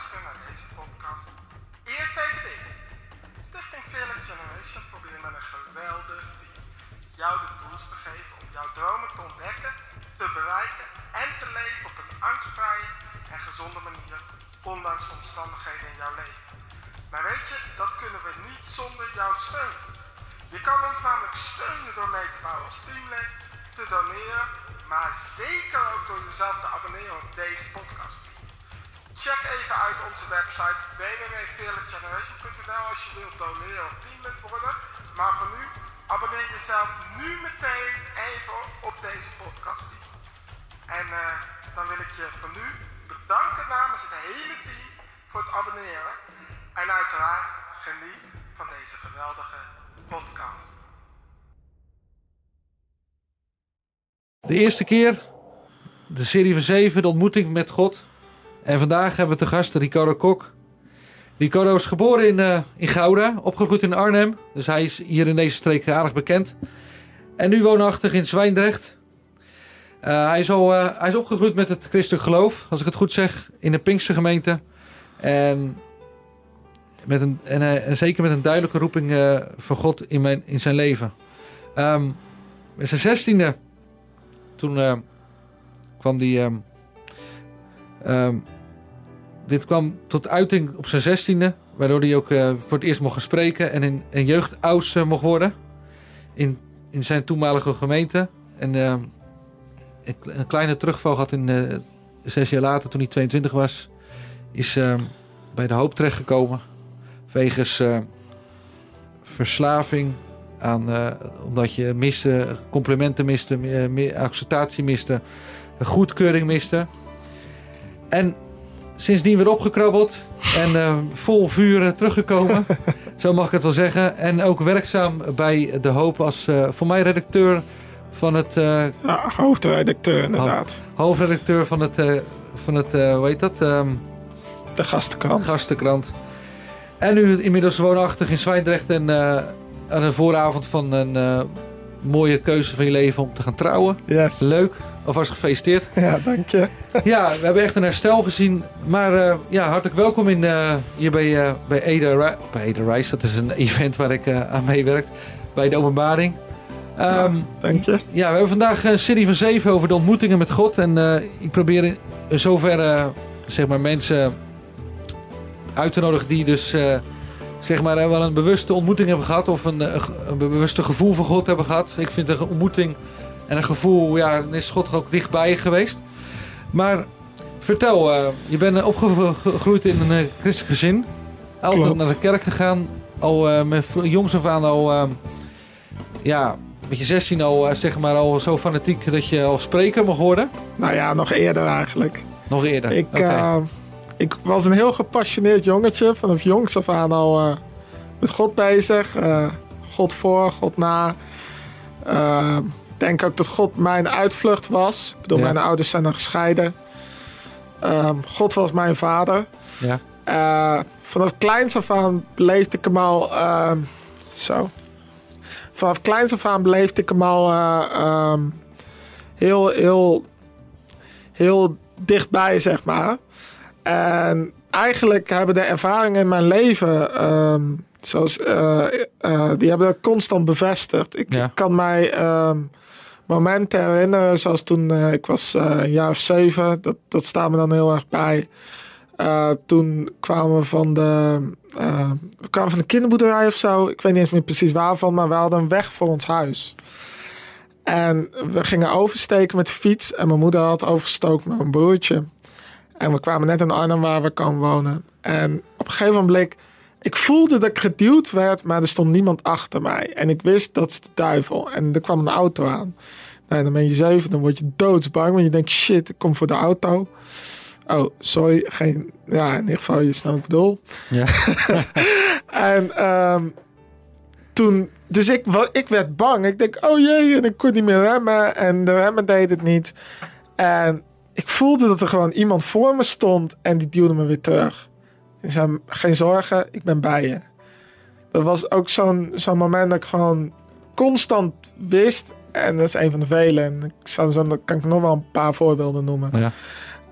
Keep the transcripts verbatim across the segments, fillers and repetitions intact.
luisteren naar deze podcast. Eerst even dit. Stichting Village Generation probeert met een geweldig team jou de tools te geven om jouw dromen te ontdekken, te bereiken en te leven op een angstvrije en gezonde manier, ondanks de omstandigheden in jouw leven. Maar weet je, dat kunnen we niet zonder jouw steun. Je kan ons namelijk steunen door mee te bouwen als teamlid, te doneren, maar zeker ook door jezelf te abonneren op deze podcast. Check even uit onze website w w w punt village generation punt n l als je wilt doneren of teamlid worden. Maar voor nu, abonneer jezelf nu meteen even op deze podcast. En uh, dan wil ik je voor nu bedanken namens het hele team voor het abonneren. En uiteraard geniet van deze geweldige podcast. De eerste keer, de serie van zeven, de ontmoeting met God. En vandaag hebben we te gast Ricardo Kok. Ricardo is geboren in, uh, in Gouda, opgegroeid in Arnhem. Dus hij is hier in deze streek aardig bekend. En nu woonachtig in Zwijndrecht. Uh, hij, is al, uh, hij is opgegroeid met het christelijk geloof, als ik het goed zeg, in de Pinkstergemeente. En, met een, en, uh, en zeker met een duidelijke roeping uh, van God in, mijn, in zijn leven. Um, met zijn zestiende, toen uh, kwam die... Um, um, dit kwam tot uiting op zijn zestiende, waardoor hij ook uh, voor het eerst mocht gaan spreken en in, in jeugdouds uh, mocht worden in, in zijn toenmalige gemeente. En uh, een kleine terugval had in uh, zes jaar later, toen hij tweeëntwintig was, is uh, bij de Hoop terechtgekomen wegens uh, verslaving aan, uh, omdat je miste, complimenten miste, uh, acceptatie miste, goedkeuring miste. En sindsdien weer opgekrabbeld en uh, vol vuur uh, teruggekomen, zo mag ik het wel zeggen. En ook werkzaam bij de Hoop als uh, voor mij redacteur van het... Uh, ja, hoofdredacteur inderdaad. Ho- hoofdredacteur van het, uh, van het uh, hoe heet dat? Um, de Gastenkrant. Gastenkrant. En nu inmiddels woonachtig in Zwijndrecht en uh, aan de vooravond van een uh, mooie keuze van je leven om te gaan trouwen. Yes. Leuk. Alvast gefeliciteerd. Ja, dank je. Ja, we hebben echt een herstel gezien. Maar uh, ja, hartelijk welkom in, uh, hier bij, uh, bij Ede, Ri- bij Ede Rise. Dat is een event waar ik uh, aan meewerk. Bij de openbaring. Um, ja, dank je. Ja, we hebben vandaag een serie van zeven over de ontmoetingen met God. En uh, ik probeer in zoverre uh, zeg maar mensen uit te nodigen die dus uh, zeg maar wel een bewuste ontmoeting hebben gehad. Of een, een, een bewuste gevoel voor God hebben gehad. Ik vind een ontmoeting en een gevoel, ja, dan is God ook dichtbij je geweest. Maar vertel, uh, je bent opgegroeid in een uh, christelijk gezin. Altijd Klopt. naar de kerk gegaan. Al uh, met jongs af aan al, uh, ja, met je zestien al, uh, zeg maar, al zo fanatiek dat je al spreker mag worden. Nou ja, nog eerder eigenlijk. Nog eerder? Ik, Okay. uh, ik was een heel gepassioneerd jongetje. Vanaf jongs af aan al uh, met God bezig. Uh, God voor, God na. Uh, Ik denk ook dat God mijn uitvlucht was. Ik bedoel, ja. Mijn ouders zijn dan gescheiden. Um, God was mijn vader. Ja. Uh, vanaf kleins af aan beleefde ik hem al... Uh, zo. Vanaf kleins af aan beleefde ik hem al uh, um, heel, heel, heel dichtbij, zeg maar. En eigenlijk hebben de ervaringen in mijn leven... Um, zoals, uh, uh, die hebben dat constant bevestigd. Ik, ja. ik kan mij... Um, momenten herinneren, zoals toen uh, ik was uh, een jaar of zeven. Dat, dat staat me dan heel erg bij. Uh, toen kwamen we van de, uh, we kwamen van de kinderboerderij of zo. Ik weet niet eens meer precies waarvan, maar we hadden een weg voor ons huis. En we gingen oversteken met de fiets. En mijn moeder had overgestoken met mijn broertje. En we kwamen net in Arnhem waar we komen wonen. En op een gegeven moment, ik voelde dat ik geduwd werd, maar er stond niemand achter mij. En ik wist, dat is de duivel. En er kwam een auto aan. Nou, dan ben je zeven, dan word je doodsbang. Want je denkt, shit, ik kom voor de auto. Oh, sorry. Geen, ja, in ieder geval, je snapt wat ik bedoel. Ja. en um, toen, dus ik, ik werd bang. Ik denk, oh jee, en ik kon niet meer remmen. En de remmen deed het niet. En ik voelde dat er gewoon iemand voor me stond. En die duwde me weer terug. En zei, geen zorgen, ik ben bij je. Dat was ook zo'n, zo'n moment dat ik gewoon constant wist. En dat is een van de vele. En ik zou zo, dan kan ik nog wel een paar voorbeelden noemen. Ja.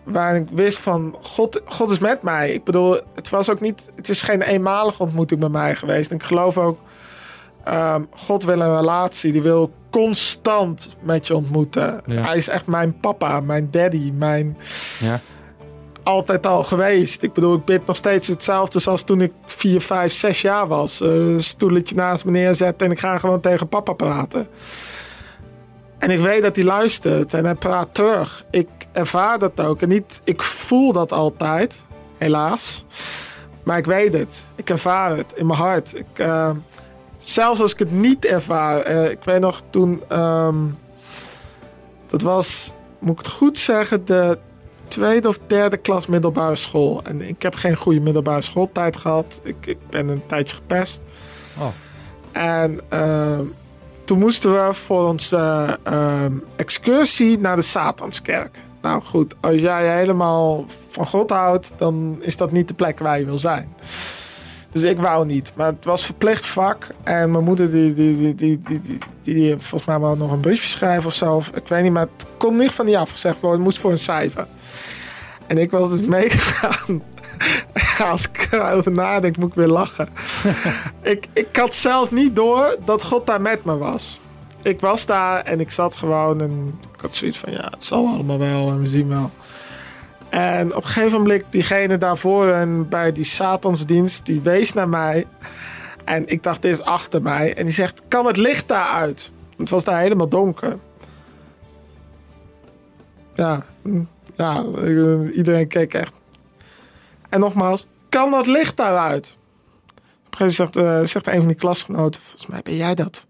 waar ik wist van, God, God is met mij. Ik bedoel, het was ook niet, het is geen eenmalige ontmoeting bij mij geweest. En ik geloof ook, um, God wil een relatie. Die wil constant met je ontmoeten. Ja. Hij is echt mijn papa, mijn daddy, mijn... Ja. Altijd al geweest. Ik bedoel, ik bid nog steeds hetzelfde zoals toen ik vier, vijf, zes jaar was. Uh, stoeletje naast me neerzetten en ik ga gewoon tegen papa praten. En ik weet dat hij luistert en hij praat terug. Ik ervaar dat ook. En niet, ik voel dat altijd, helaas. Maar ik weet het. Ik ervaar het in mijn hart. Ik, uh, zelfs als ik het niet ervaar. Uh, ik weet nog toen... Um, dat was, moet ik het goed zeggen, de tweede of derde klas middelbare school. En ik heb geen goede middelbare schooltijd gehad. Ik, ik ben een tijdje gepest. Oh. En uh, toen moesten we voor onze uh, excursie naar de Satanskerk. Nou goed, als jij helemaal van God houdt, dan is dat niet de plek waar je wil zijn. Dus ik wou niet. Maar het was verplicht vak. En mijn moeder, die, die, die, die, die, die, die, die volgens mij wel nog een briefje schrijven of zo. Of, ik weet niet, maar het kon niet van die afgezegd worden. Het moest voor een cijfer. En ik was dus meegegaan. Als ik erover nadenk, moet ik weer lachen. ik, ik had zelf niet door dat God daar met me was. Ik was daar en ik zat gewoon en ik had zoiets van, ja, het zal allemaal wel en we zien wel. En op een gegeven moment, diegene daarvoor en bij die Satansdienst, die wees naar mij. En ik dacht, dit is achter mij. En die zegt, kan het licht daaruit? Het was daar helemaal donker. Ja, ja, iedereen keek echt. En nogmaals, kan dat licht daaruit? Op een gegeven moment zegt, uh, zegt een van die klasgenoten, volgens mij ben jij dat.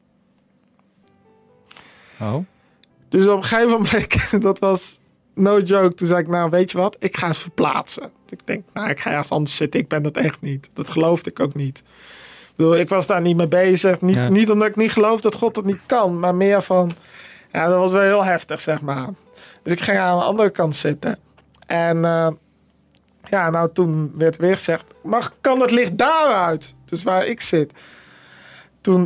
Oh. Dus op een gegeven moment, dat was no joke. Toen zei ik, nou weet je wat, ik ga eens verplaatsen. Ik denk, nou ik ga ergens anders zitten. Ik ben dat echt niet. Dat geloofde ik ook niet. Ik bedoel, ik was daar niet mee bezig. Niet, ja. niet omdat ik niet geloof dat God dat niet kan. Maar meer van, ja, dat was wel heel heftig, zeg maar. Dus ik ging aan de andere kant zitten. En uh, ja, nou toen werd weer gezegd, mag, kan het licht daaruit? Dus waar ik zit. Toen...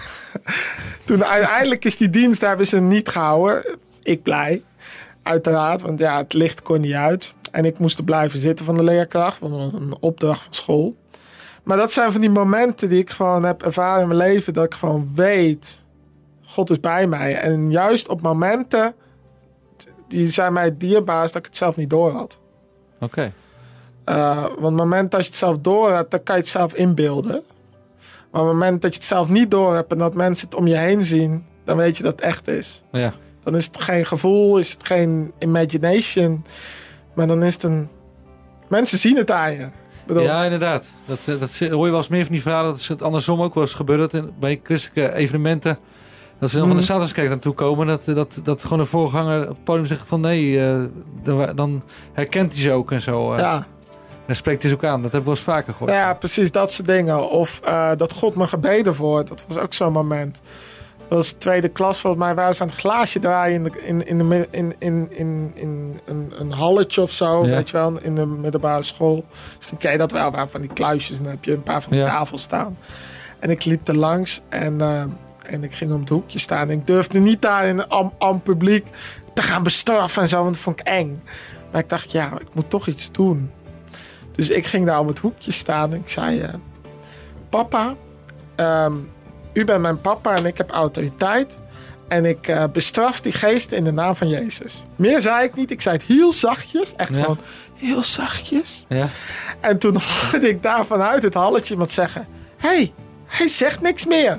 Toen uiteindelijk is die dienst, daar hebben ze niet gehouden. Ik blij, uiteraard, want ja, het licht kon niet uit. En ik moest er blijven zitten van de leerkracht, want dat was een opdracht van school. Maar dat zijn van die momenten die ik gewoon heb ervaren in mijn leven, dat ik gewoon weet, God is bij mij. En juist op momenten, die zijn mij dierbaar, dat ik het zelf niet door had. Oké. Okay. Uh, want op het moment dat je het zelf door hebt, dan kan je het zelf inbeelden. Maar op het moment dat je het zelf niet door hebt en dat mensen het om je heen zien, dan weet je dat het echt is. Ja. Dan is het geen gevoel, is het geen imagination, maar dan is het een... Mensen zien het aan je. Bedoel... Ja, inderdaad. Dat, dat hoor je wel eens meer van die verhalen. Dat is het andersom ook wel eens gebeurd. Dat bij christelijke evenementen, dat ze dan van de Satanskerk naartoe komen. Dat, dat, dat gewoon een voorganger op het podium zegt van nee, uh, dan, dan herkent hij ze ook en zo. Uh. Ja. En spreekt hij ze ook aan. Dat heb ik wel eens vaker gehoord. Ja, precies. Dat soort dingen. Of uh, dat God me gebeden voor. Dat was ook zo'n moment. Dat was tweede klas volgens mij. Waar ze aan het glaasje draaien in, de, in, in, de, in, in, in, in een, een halletje of zo. Ja. Weet je wel. In de middelbare school. Misschien ken je dat wel. Waar van die kluisjes. En dan heb je een paar van die ja. tafels staan. En ik liep er langs. En, uh, en ik ging om het hoekje staan. En ik durfde niet daar in aan, aan publiek te gaan bestraffen en zo. Want dat vond ik eng. Maar ik dacht, ja, ik moet toch iets doen. Dus ik ging daar op het hoekje staan en ik zei... Uh, papa, um, u bent mijn papa en ik heb autoriteit. En ik uh, bestraf die geesten in de naam van Jezus. Meer zei ik niet. Ik zei het heel zachtjes. Echt ja. gewoon heel zachtjes. Ja. En toen hoorde ik daar vanuit het halletje iemand zeggen... Hé, hey, hij zegt niks meer.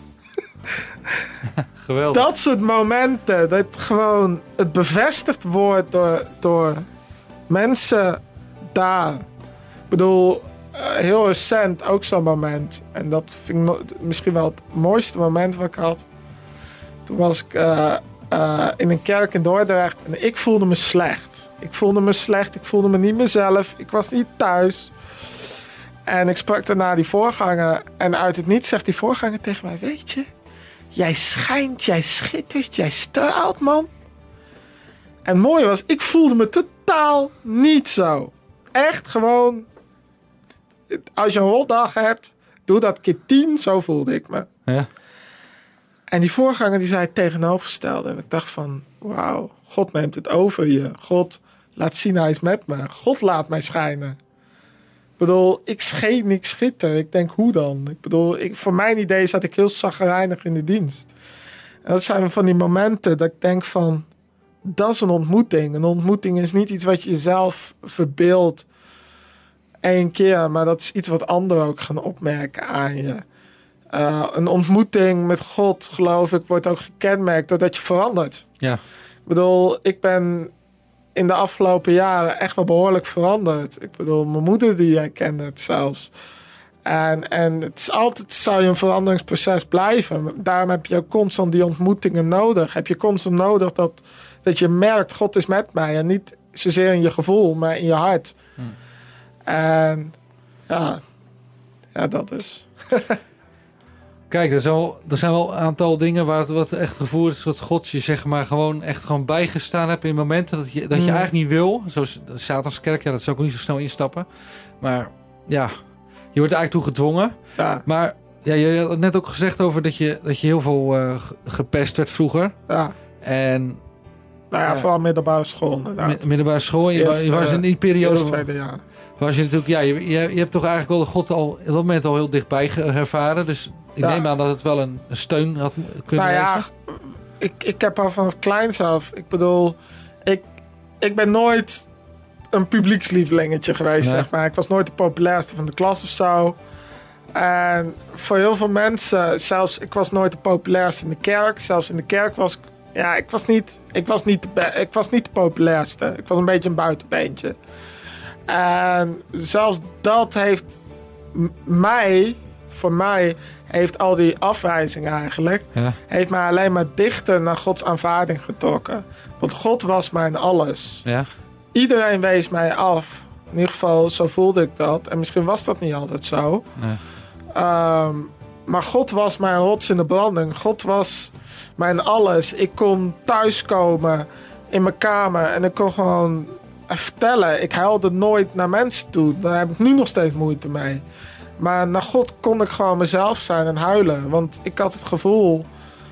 Geweldig. Dat soort momenten. Dat gewoon het bevestigd wordt door, door mensen daar... Ik bedoel, uh, heel recent ook zo'n moment. En dat vind ik no- misschien wel het mooiste moment wat ik had. Toen was ik uh, uh, in een kerk in Dordrecht. En ik voelde me slecht. Ik voelde me slecht. Ik voelde me niet mezelf. Ik was niet thuis. En ik sprak daarna die voorganger. En uit het niets zegt die voorganger tegen mij... Weet je, jij schijnt, jij schittert, jij straalt, man. En het mooie was, ik voelde me totaal niet zo. Echt gewoon... Als je een rotdag hebt, doe dat keer tien. Zo voelde ik me. Ja. En die voorganger die zei het tegenovergestelde. En ik dacht van, wauw, God neemt het over je. God laat zien, hij is met me. God laat mij schijnen. Ik bedoel, ik scheen, ik schitter. Ik denk, hoe dan? Ik bedoel, ik, voor mijn idee zat ik heel chagrijnig in de dienst. En dat zijn van die momenten dat ik denk van... Dat is een ontmoeting. Een ontmoeting is niet iets wat je jezelf verbeeldt één keer. Maar dat is iets wat anderen ook gaan opmerken aan je. Uh, een ontmoeting met God, geloof ik, wordt ook gekenmerkt doordat je verandert. Ja. Ik bedoel, ik ben in de afgelopen jaren echt wel behoorlijk veranderd. Ik bedoel, mijn moeder die herkende het zelfs. En, en het is altijd, zou je een veranderingsproces blijven. Daarom heb je ook constant die ontmoetingen nodig. Heb je constant nodig dat, dat je merkt, God is met mij. En niet zozeer in je gevoel, maar in je hart. Hmm. En ja, ja, dat is. Kijk, er zijn, wel, er zijn wel een aantal dingen waar het wat echt gevoerd is, wat God je zeg maar gewoon echt gewoon bijgestaan hebt in momenten dat je, dat je mm. eigenlijk niet wil. Zoals de Satanskerk, ja, dat zou ik ook niet zo snel instappen. Maar ja, je wordt er eigenlijk toe gedwongen. Ja. Maar ja, je had net ook gezegd over dat je, dat je heel veel uh, gepest werd vroeger. Ja. En nou ja, uh, vooral middelbare school inderdaad. Middelbare school, je, eerst, je was in die periode... Eerst tweede jaar. Was je natuurlijk, ja, je, je, je hebt toch eigenlijk wel de God al op dat moment al heel dichtbij ervaren. Dus ik ja. neem aan dat het wel een, een steun had kunnen nou ja, ik, ik heb al vanaf kleins af. Ik bedoel, ik, ik ben nooit een publiekslievelingetje geweest, nee. zeg maar. Ik was nooit de populairste van de klas of zo. En voor heel veel mensen, zelfs ik was nooit de populairste in de kerk. Zelfs in de kerk was ik, ja, ik was niet, ik was niet, de, ik was niet de populairste. Ik was een beetje een buitenbeentje. En zelfs dat heeft m- mij, voor mij, heeft al die afwijzing eigenlijk, ja. heeft mij alleen maar dichter naar Gods aanvaarding getrokken. Want God was mijn alles. Ja. Iedereen wees mij af. In ieder geval, zo voelde ik dat. En misschien was dat niet altijd zo. Nee. Um, maar God was mijn rots in de branding. God was mijn alles. Ik kon thuiskomen in mijn kamer en ik kon gewoon vertellen. Ik huilde nooit naar mensen toe. Daar heb ik nu nog steeds moeite mee. Maar naar God kon ik gewoon mezelf zijn en huilen. Want ik had het gevoel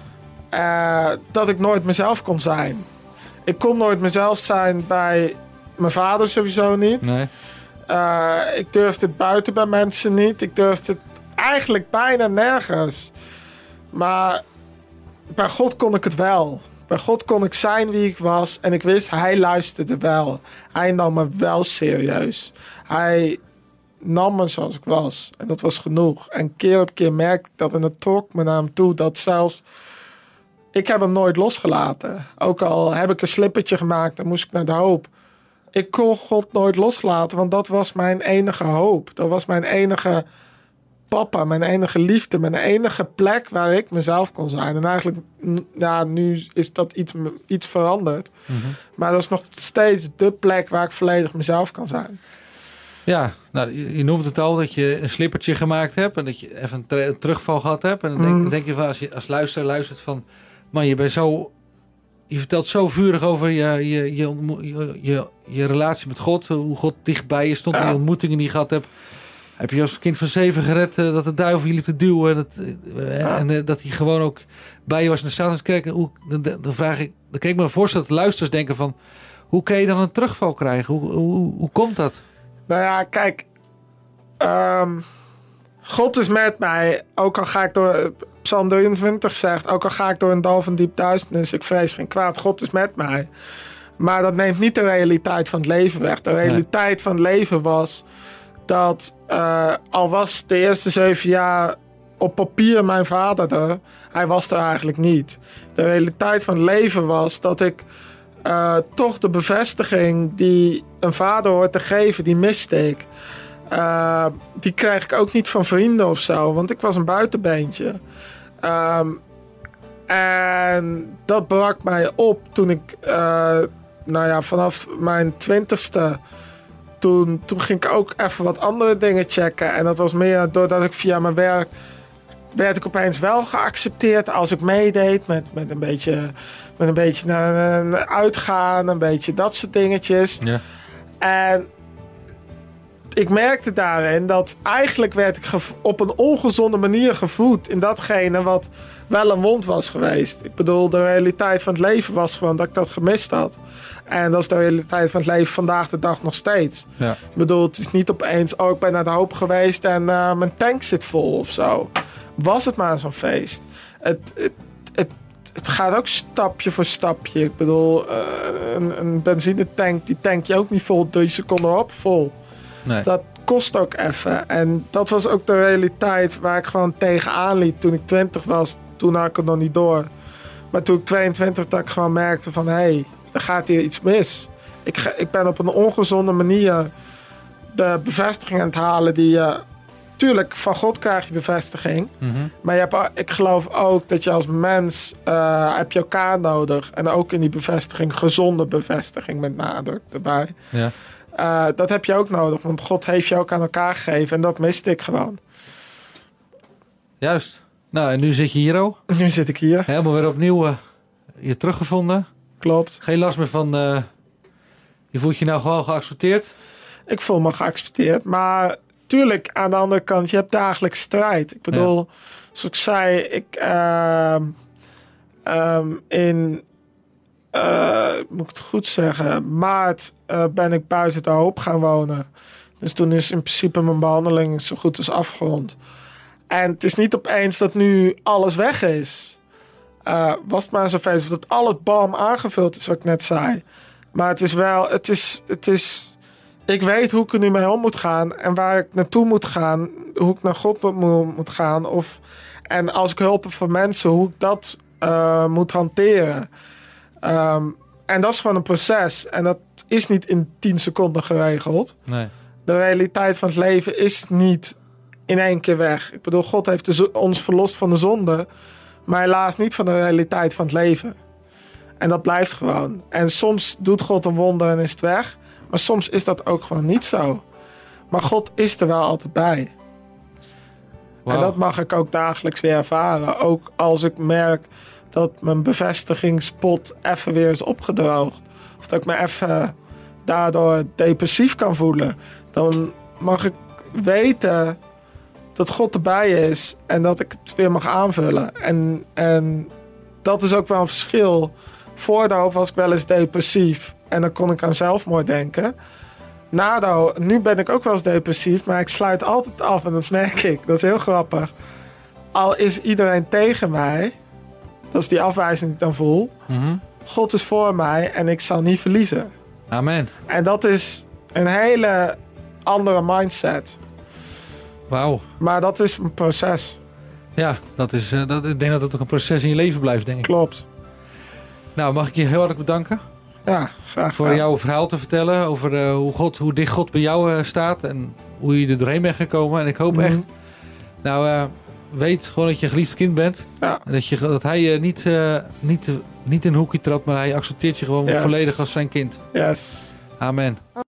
uh, dat ik nooit mezelf kon zijn. Ik kon nooit mezelf zijn bij mijn vader sowieso niet. Nee. Uh, ik durfde het buiten bij mensen niet. Ik durfde het eigenlijk bijna nergens. Maar bij God kon ik het wel. Bij God kon ik zijn wie ik was. En ik wist, hij luisterde wel. Hij nam me wel serieus. Hij nam me zoals ik was. En dat was genoeg. En keer op keer merkte ik dat. En het trok me naar hem toe. Dat zelfs... Ik heb hem nooit losgelaten. Ook al heb ik een slippertje gemaakt. En moest ik naar de hoop. Ik kon God nooit loslaten. Want dat was mijn enige hoop. Dat was mijn enige papa. Mijn enige liefde. Mijn enige plek waar ik mezelf kon zijn. En eigenlijk, ja, nu is dat iets, iets veranderd. Mm-hmm. Maar dat is nog steeds de plek waar ik volledig mezelf kan zijn. Ja, nou, je, je noemt het al dat je een slippertje gemaakt hebt. En dat je even een, ter- een terugval gehad hebt. En dan denk, mm. denk je van, als je als luisteraar luistert van... Man, je bent zo... Je vertelt zo vurig over je, je, je, je, je, je relatie met God. Hoe God dichtbij je stond. Ja. En die ontmoetingen die je gehad hebt. Heb je als kind van zeven gered uh, dat de duivel je liep te duwen. En, dat, uh, ja. en uh, dat hij gewoon ook bij je was in de Satanskerk. Hoe, dan, dan vraag ik... Dan kan ik me voorstellen dat luisteraars denken van... Hoe kun je dan een terugval krijgen? Hoe, hoe, hoe komt dat? Nou ja, kijk. Um, God is met mij. Ook al ga ik door... Psalm drieëntwintig zegt, ook al ga ik door een dal van diep duisternis, ik vrees geen kwaad, God is met mij. Maar dat neemt niet de realiteit van het leven weg. De realiteit nee. van het leven was dat, uh, al was de eerste zeven jaar op papier mijn vader er, hij was er eigenlijk niet. De realiteit van het leven was dat ik uh, toch de bevestiging die een vader hoort te geven, die miste ik. Uh, die kreeg ik ook niet van vrienden of zo, want ik was een buitenbeentje. Um, en dat brak mij op toen ik, uh, nou ja, vanaf mijn twintigste, toen, toen ging ik ook even wat andere dingen checken. En dat was meer doordat ik via mijn werk, werd ik opeens wel geaccepteerd als ik meedeed met, met een beetje, met een beetje naar, naar uitgaan, een beetje dat soort dingetjes. Ja. En ik merkte daarin dat eigenlijk werd ik gev- op een ongezonde manier gevoed in datgene wat wel een wond was geweest. Ik bedoel, de realiteit van het leven was gewoon dat ik dat gemist had. En dat is de realiteit van het leven vandaag de dag nog steeds. Ja. Ik bedoel, het is niet opeens, oh, ik ben naar de hoop geweest en uh, mijn tank zit vol of zo. Was het maar zo'n feest. Het, het, het, het gaat ook stapje voor stapje. Ik bedoel, uh, een, een benzinetank, die tank je ook niet vol drie seconden op vol. Nee. Dat kost ook even. En dat was ook de realiteit waar ik gewoon tegenaan liep toen ik twintig was. Toen had ik het nog niet door. Maar toen ik tweeëntwintig, dat ik gewoon merkte van... hé, hey, er gaat hier iets mis. Ik, ga, ik ben op een ongezonde manier de bevestiging aan het halen die je... Tuurlijk, van God krijg je bevestiging. Mm-hmm. Maar je hebt, ik geloof ook dat je als mens... Uh, heb je elkaar nodig. En ook in die bevestiging, gezonde bevestiging met nadruk erbij. Ja. Uh, dat heb je ook nodig, want God heeft je ook aan elkaar gegeven. En dat miste ik gewoon. Juist. Nou, en nu zit je hier ook. Nu zit ik hier. Helemaal weer opnieuw uh, je teruggevonden. Klopt. Geen last meer van... Uh, je voelt je nou gewoon geaccepteerd? Ik voel me geaccepteerd. Maar tuurlijk, aan de andere kant, je hebt dagelijks strijd. Ik bedoel, ja. Zoals ik zei, ik... Uh, um, in... Uh, moet ik het goed zeggen, maart uh, ben ik buiten de hoop gaan wonen. Dus toen is in principe mijn behandeling zo goed als afgerond. En het is niet opeens dat nu alles weg is. Uh, was het maar zo feest dat al het bam aangevuld is, wat ik net zei. Maar het is wel, het is, het is... Ik weet hoe ik er nu mee om moet gaan en waar ik naartoe moet gaan. Hoe ik naar God moet, moet gaan. Of, en als ik hulp heb van mensen, hoe ik dat uh, moet hanteren. Um, en dat is gewoon een proces. En dat is niet in tien seconden geregeld. Nee. De realiteit van het leven is niet in één keer weg. Ik bedoel, God heeft de, ons verlost van de zonde. Maar helaas niet van de realiteit van het leven. En dat blijft gewoon. En soms doet God een wonder en is het weg. Maar soms is dat ook gewoon niet zo. Maar God is er wel altijd bij. Wow. En dat mag ik ook dagelijks weer ervaren. Ook als ik merk... dat mijn bevestigingspot even weer is opgedroogd. Of dat ik me even daardoor depressief kan voelen. Dan mag ik weten dat God erbij is. En dat ik het weer mag aanvullen. En, en dat is ook wel een verschil. Voor de hoop was ik wel eens depressief. En dan kon ik aan zelfmoord denken. Na de hoop, nu ben ik ook wel eens depressief. Maar ik sluit altijd af. En dat merk ik. Dat is heel grappig. Al is iedereen tegen mij... Dat is die afwijzing die ik dan voel. Mm-hmm. God is voor mij en ik zal niet verliezen. Amen. En dat is een hele andere mindset. Wauw. Maar dat is een proces. Ja, dat is, uh, dat, ik denk dat het ook een proces in je leven blijft, denk ik. Klopt. Nou, mag ik je heel hartelijk bedanken. Ja, graag Voor gedaan. jouw verhaal te vertellen over uh, hoe, God, hoe dicht God bij jou uh, staat. En hoe je er doorheen bent gekomen. En ik hoop mm-hmm. echt... Nou, uh, weet gewoon dat je een geliefd kind bent. Ja. En dat, je, dat hij je uh, niet, uh, niet, uh, niet in een hoekje trapt, maar hij accepteert je gewoon yes. volledig als zijn kind. Yes. Amen.